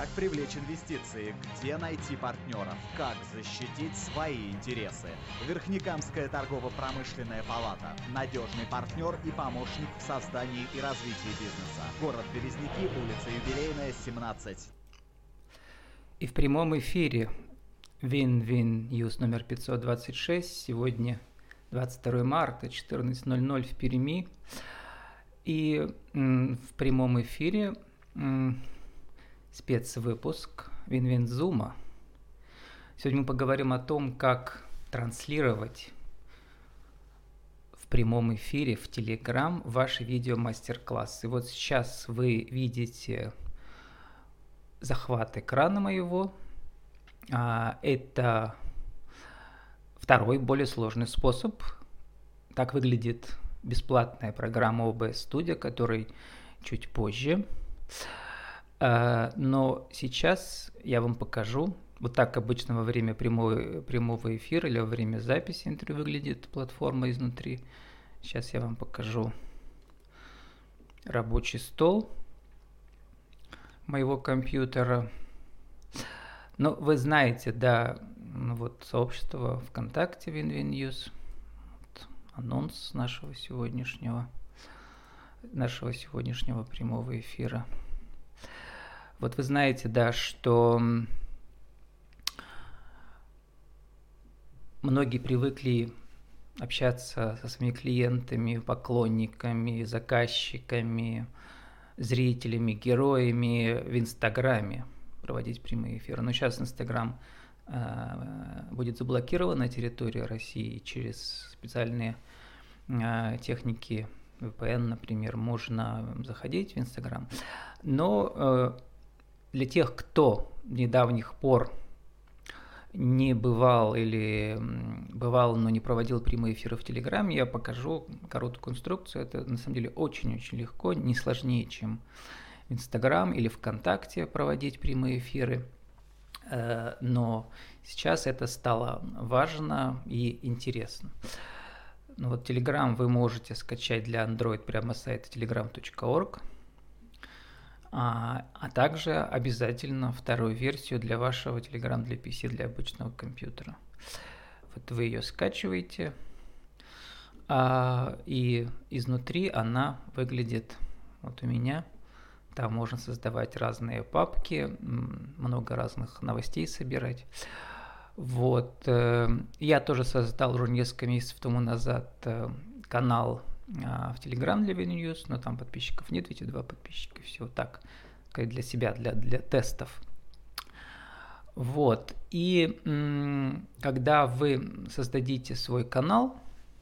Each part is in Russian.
привлечь инвестиции, где найти партнеров, как защитить свои интересы. Верхнекамская торгово-промышленная палата. Надежный партнер и помощник в создании и развитии бизнеса. Город Березники, улица Юбилейная, 17. И в прямом эфире Win-Win News номер 526. Сегодня 22 марта, 14:00 в Перми. И в прямом эфире спецвыпуск Win-Win Zoom. Сегодня мы поговорим о том, как транслировать в прямом эфире в Telegram ваши видео-мастер-классы. Вот сейчас вы видите захват экрана моего. Это второй, более сложный способ. Так выглядит бесплатная программа OBS Studio, которой чуть позже. Но сейчас я вам покажу. Вот так обычно во время прямого эфира или во время записи интервью выглядит платформа изнутри. Сейчас я вам покажу рабочий стол моего компьютера. Ну, вы знаете, да, вот сообщество ВКонтакте Win-Win News. Вот анонс нашего сегодняшнего прямого эфира. Вот вы знаете, да, что многие привыкли общаться со своими клиентами, поклонниками, заказчиками, зрителями, героями в Инстаграме, проводить прямые эфиры. Но сейчас Инстаграм будет заблокирован на территории России через специальные техники VPN, например, можно заходить в Инстаграм. Но для тех, кто с недавних пор не бывал или бывал, но не проводил прямые эфиры в Телеграме, я покажу короткую инструкцию. Это на самом деле очень-очень легко, не сложнее, чем в Инстаграм или ВКонтакте проводить прямые эфиры. Но сейчас это стало важно и интересно. Ну вот Telegram вы можете скачать для Android прямо с сайта telegram.org. А также обязательно вторую версию для вашего Telegram для PC, для обычного компьютера. Вот вы ее скачиваете, и изнутри она выглядит вот у меня. Там можно создавать разные папки, много разных новостей собирать. Вот. Я тоже создал уже несколько месяцев тому назад канал в Telegram для Win News, но там подписчиков нет, видите, 2 подписчика, все так, для себя, для тестов. Вот, и когда вы создадите свой канал,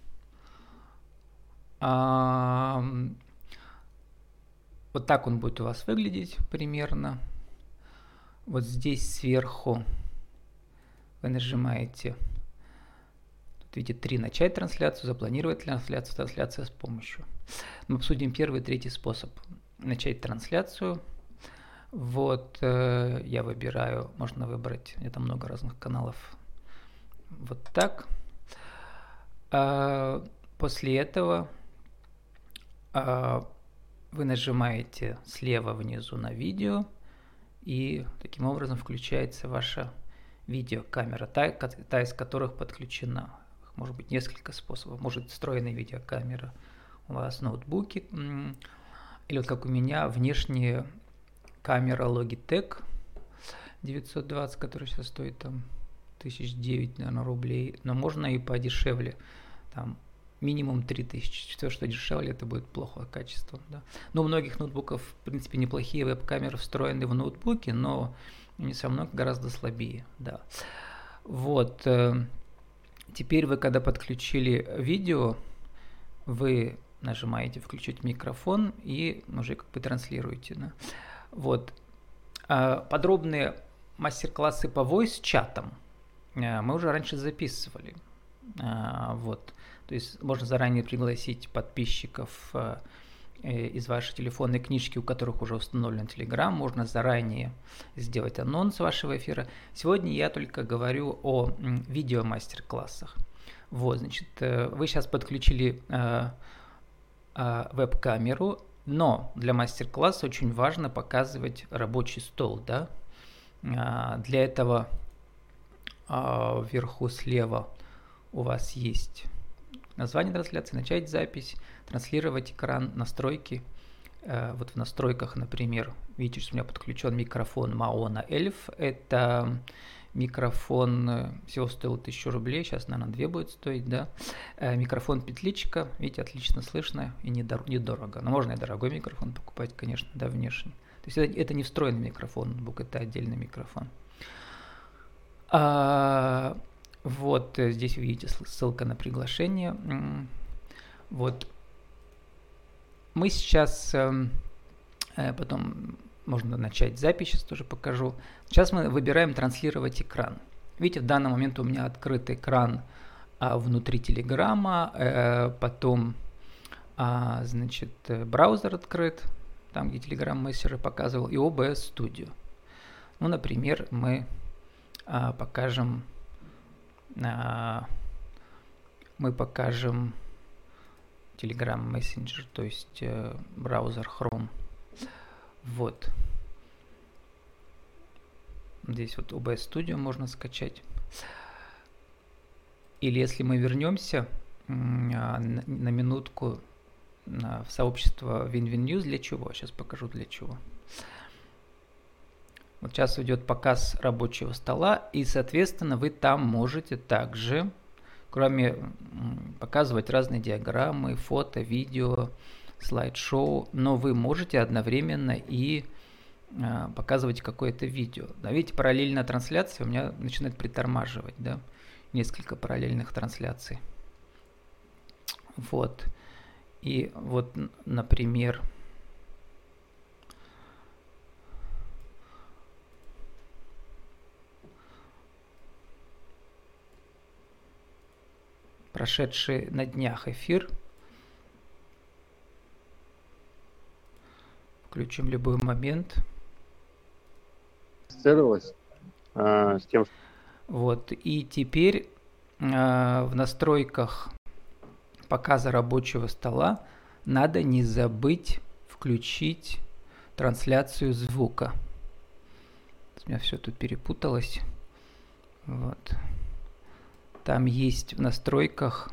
вот так он будет у вас выглядеть примерно. Вот здесь сверху вы нажимаете, тут видите 3: начать трансляцию, запланировать трансляцию, трансляция с помощью. Мы обсудим первый и третий способ. Начать трансляцию. Вот я выбираю, можно выбрать, это много разных каналов. Вот так. После этого вы нажимаете слева внизу на видео, и таким образом включается ваша видеокамера, та из которых подключена. Может быть несколько способов. Может встроенная видеокамера у вас в ноутбуке, или вот как у меня внешняя камера Logitech 920, которая сейчас стоит там 1009, наверное, рублей. Но можно и подешевле, там минимум 3000. Все, что дешевле, это будет плохое качество. Да. Но у многих ноутбуков, в принципе, неплохие веб-камеры встроены в ноутбуке, но они все равно гораздо слабее. Да. Вот. Теперь вы, когда подключили видео, вы нажимаете «Включить микрофон» и уже как бы транслируете. Да. Вот. Подробные мастер-классы по voice-чатам мы уже раньше записывали. Вот. То есть можно заранее пригласить подписчиков из вашей телефонной книжки, у которых уже установлен Telegram. Можно заранее сделать анонс вашего эфира. Сегодня я только говорю о видео-мастер-классах. Вот, значит, вы сейчас подключили веб-камеру, но для мастер-класса очень важно показывать рабочий стол, да? Для этого вверху слева у вас есть название трансляции, начать запись, транслировать экран, настройки. Вот в настройках, например, видите, что у меня подключен микрофон Maona Elf. Это микрофон всего стоил 1000 рублей, сейчас, наверное, 2 будет стоить, да. Микрофон петличка, видите, отлично слышно и недорого. Но можно и дорогой микрофон покупать, конечно, да, внешний. То есть это не встроенный микрофон, ноутбук, это отдельный микрофон. Вот здесь видите ссылка на приглашение. Вот мы сейчас, потом можно начать запись, сейчас тоже покажу. Сейчас мы выбираем транслировать экран. Видите, в данный момент у меня открыт экран внутри Телеграма, потом, значит, браузер открыт, там, где Telegram Messenger показывал, и OBS Studio. Ну, например, мы покажем Telegram Messenger, то есть браузер Chrome. Вот. Здесь вот OBS Studio можно скачать. Или если мы вернемся на минутку в сообщество WinWin News, для чего? Сейчас покажу для чего. Вот сейчас идет показ рабочего стола, и, соответственно, вы там можете также, кроме показывать разные диаграммы, фото, видео, слайд-шоу, но вы можете одновременно и показывать какое-то видео. Да, видите, параллельная трансляция у меня начинает притормаживать, да, несколько параллельных трансляций. Вот. И вот, например, прошедший на днях эфир. Включим любой момент. С тем, что... Вот, и теперь в настройках показа рабочего стола надо не забыть включить трансляцию звука. У меня все тут перепуталось. Вот. Там есть в настройках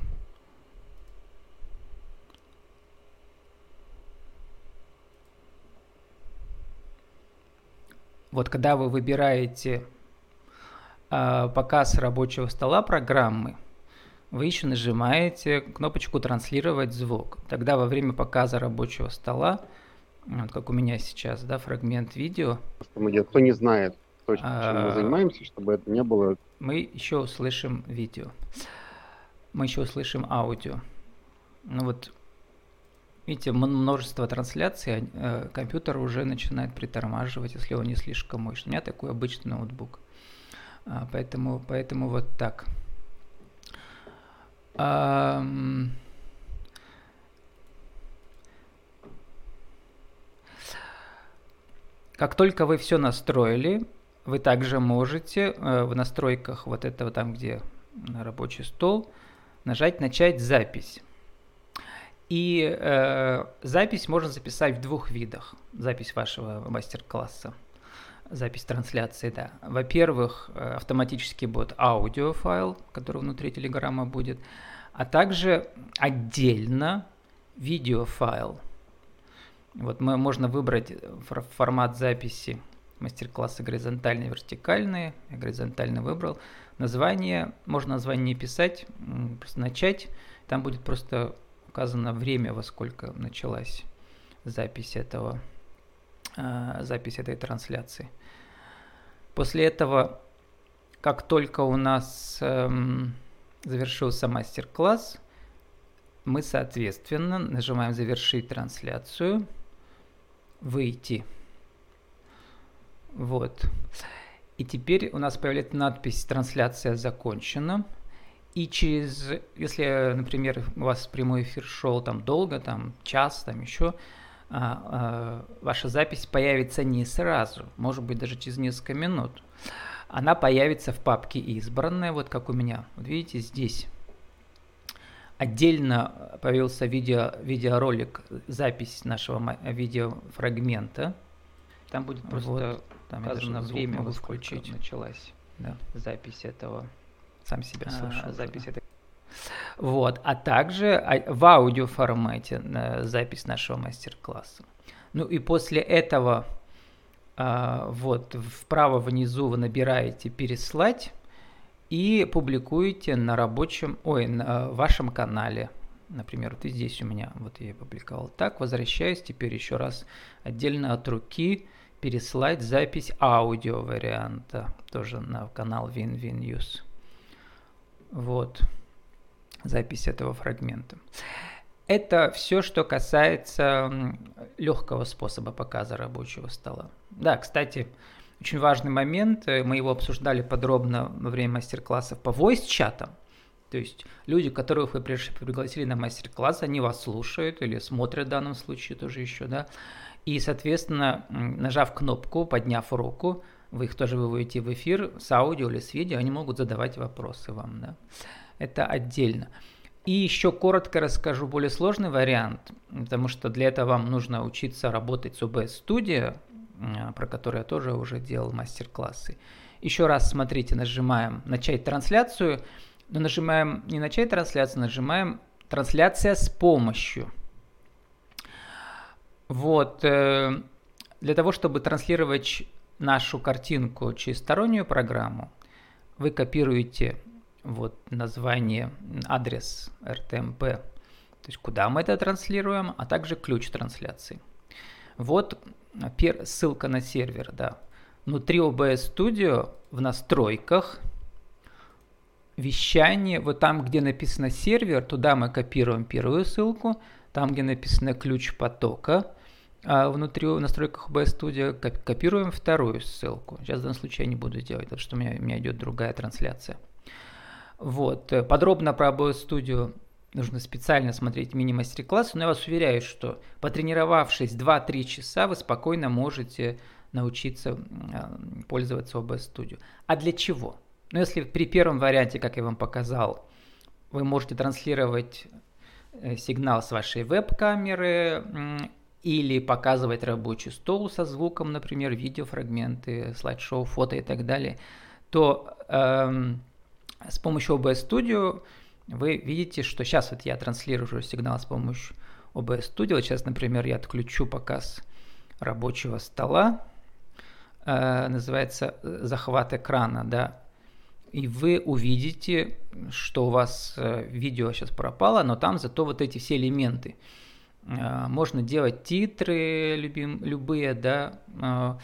вот когда вы выбираете показ рабочего стола программы, вы еще нажимаете кнопочку «Транслировать звук». Тогда во время показа рабочего стола, вот как у меня сейчас, да, фрагмент видео. Кто не знает точно, чем мы занимаемся, чтобы это не было... Мы еще услышим видео. Мы еще услышим аудио. Ну вот, видите, множество трансляций, компьютер уже начинает притормаживать, если он не слишком мощный. У меня такой обычный ноутбук. Поэтому вот так. Как только вы все настроили, вы также можете в настройках вот этого, там где рабочий стол, нажать «Начать запись». И запись можно записать в 2 видах. Запись вашего мастер-класса, запись трансляции, да. Во-первых, автоматически будет аудиофайл, который внутри Телеграма будет, а также отдельно видеофайл. Вот можно выбрать формат записи мастер-классы горизонтальные, вертикальные. Я горизонтально выбрал. Название, можно название не писать, просто начать. Там будет просто указано время, во сколько началась запись этой трансляции. После этого, как только у нас завершился мастер-класс, мы, соответственно, нажимаем «Завершить трансляцию», «Выйти». Вот. И теперь у нас появляется надпись «Трансляция закончена». И если, например, у вас прямой эфир шел там долго, там час, там еще, ваша запись появится не сразу, может быть, даже через несколько минут. Она появится в папке «Избранное», вот как у меня. Вот видите, здесь отдельно появился видеоролик, запись нашего видеофрагмента. Там будет просто Там я даже время могу включить. Началась запись этого. Сам себя слышу. Запись этой. Вот, а также в аудиоформате запись нашего мастер-класса. Ну и после этого вот вправо внизу вы набираете «Переслать» и публикуете на на вашем канале. Например, вот и здесь у меня, вот я опубликовал так, возвращаюсь теперь еще раз отдельно от руки переслать запись аудио варианта, тоже на канал Win-Win News. Вот. Запись этого фрагмента. Это все, что касается легкого способа показа рабочего стола. Да, кстати, очень важный момент, мы его обсуждали подробно во время мастер-классов по voice-чатам. То есть люди, которых вы пригласили на мастер-класс, они вас слушают или смотрят в данном случае тоже еще, да. И, соответственно, нажав кнопку, подняв руку, вы их тоже выводите в эфир с аудио или с видео, они могут задавать вопросы вам, да. Это отдельно. И еще коротко расскажу более сложный вариант, потому что для этого вам нужно учиться работать с OBS Studio, про который я тоже уже делал мастер-классы. Еще раз смотрите, нажимаем «Начать трансляцию», но нажимаем не «Начать трансляцию», нажимаем «Трансляция с помощью». Вот, для того, чтобы транслировать нашу картинку через стороннюю программу, вы копируете вот название, адрес RTMP, то есть куда мы это транслируем, а также ключ трансляции. Вот ссылка на сервер, да. Внутри OBS Studio в настройках вещание, вот там, где написано сервер, туда мы копируем первую ссылку, там, где написано ключ потока, внутри в настройках OBS Studio копируем вторую ссылку. Сейчас в данном случае я не буду делать, потому что у меня идет другая трансляция. Вот. Подробно про OBS Studio нужно специально смотреть мини-мастер-классы, но я вас уверяю, что потренировавшись 2-3 часа, вы спокойно можете научиться пользоваться OBS Studio. А для чего? Ну, если при первом варианте, как я вам показал, вы можете транслировать сигнал с вашей веб-камеры или показывать рабочий стол со звуком, например, видеофрагменты, слайд-шоу, фото и так далее, то с помощью OBS Studio вы видите, что сейчас вот я транслирую сигнал с помощью OBS Studio. Вот сейчас, например, я отключу показ рабочего стола, называется захват экрана, да, и вы увидите, что у вас видео сейчас пропало, но там зато вот эти все элементы. Можно делать титры любые, да,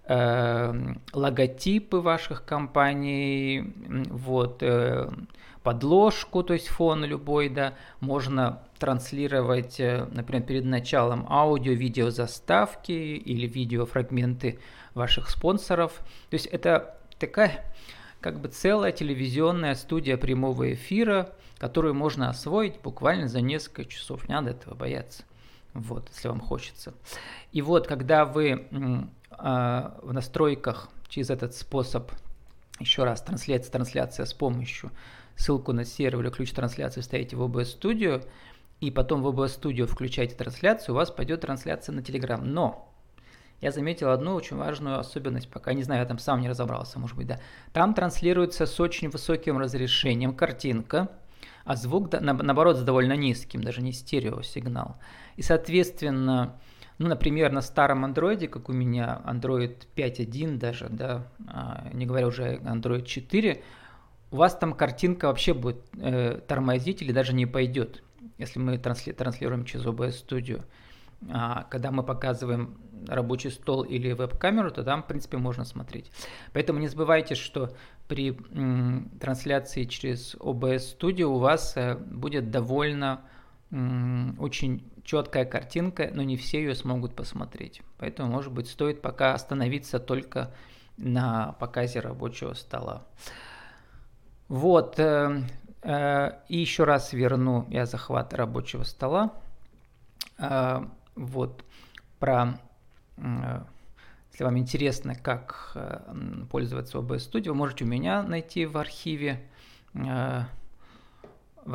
логотипы ваших компаний, вот, подложку, то есть фон любой, да, можно транслировать, например, перед началом аудио-видео заставки или видеофрагменты ваших спонсоров. То есть это такая как бы целая телевизионная студия прямого эфира, которую можно освоить буквально за несколько часов. Не надо этого бояться, вот, если вам хочется. И вот, когда вы в настройках через этот способ, еще раз, трансляция с помощью ссылку на сервер и ключ трансляции вставите в OBS Studio, и потом в OBS Studio включаете трансляцию, у вас пойдет трансляция на Telegram. Но я заметил одну очень важную особенность, пока не знаю, я там сам не разобрался, может быть, да. Там транслируется с очень высоким разрешением картинка, а звук, наоборот, с довольно низким, даже не стереосигнал. И, соответственно, ну, например, на старом андроиде, как у меня, Android 5.1 даже, да, не говоря уже Android 4, у вас там картинка вообще будет тормозить или даже не пойдет, если мы транслируем через OBS Studio. Когда мы показываем рабочий стол или веб-камеру, то там, в принципе, можно смотреть. Поэтому не забывайте, что при трансляции через OBS Studio у вас будет довольно очень четкая картинка, но не все ее смогут посмотреть. Поэтому, может быть, стоит пока остановиться только на показе рабочего стола. Вот. И еще раз верну я захват рабочего стола. Вот про, если вам интересно, как пользоваться OBS Studio, вы можете у меня найти в архиве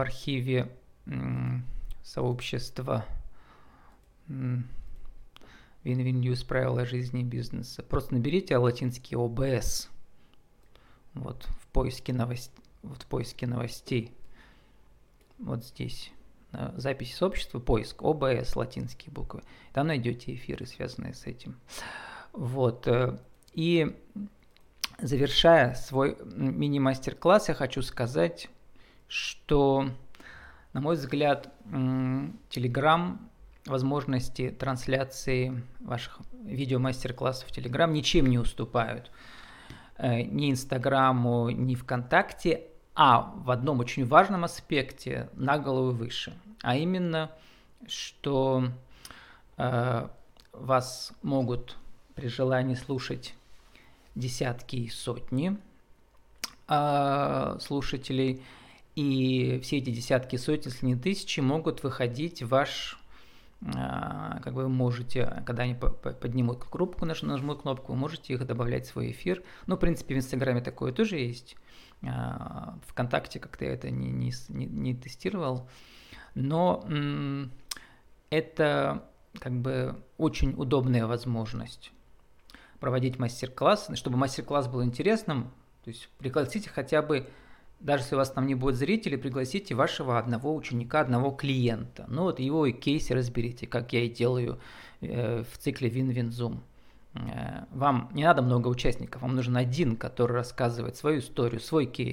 сообщества Win-Win News, правила жизни и бизнеса. Просто наберите латинский ОБС вот в поиске новостей. Вот здесь. Записи сообщества, поиск, ОБС, латинские буквы. Там найдете эфиры, связанные с этим. Вот. И завершая свой мини-мастер-класс, я хочу сказать, что, на мой взгляд, Telegram, возможности трансляции ваших видео-мастер-классов в Telegram ничем не уступают ни Инстаграму, ни ВКонтакте, а в одном очень важном аспекте на голову выше, а именно, что вас могут при желании слушать десятки и сотни слушателей, и все эти десятки и сотни, если не тысячи, могут выходить в ваш, как вы можете, когда они поднимут кнопку, нажмут кнопку, вы можете их добавлять в свой эфир. Ну, в принципе, в Инстаграме такое тоже есть. ВКонтакте как-то я это не тестировал, но это как бы очень удобная возможность проводить мастер-класс, чтобы мастер-класс был интересным, то есть пригласите хотя бы, даже если у вас там не будет зрителей, пригласите вашего одного ученика, одного клиента, ну вот его кейсы разберите, как я и делаю в цикле Win-Win Zoom. Вам не надо много участников, вам нужен один, который рассказывает свою историю, свой кейс.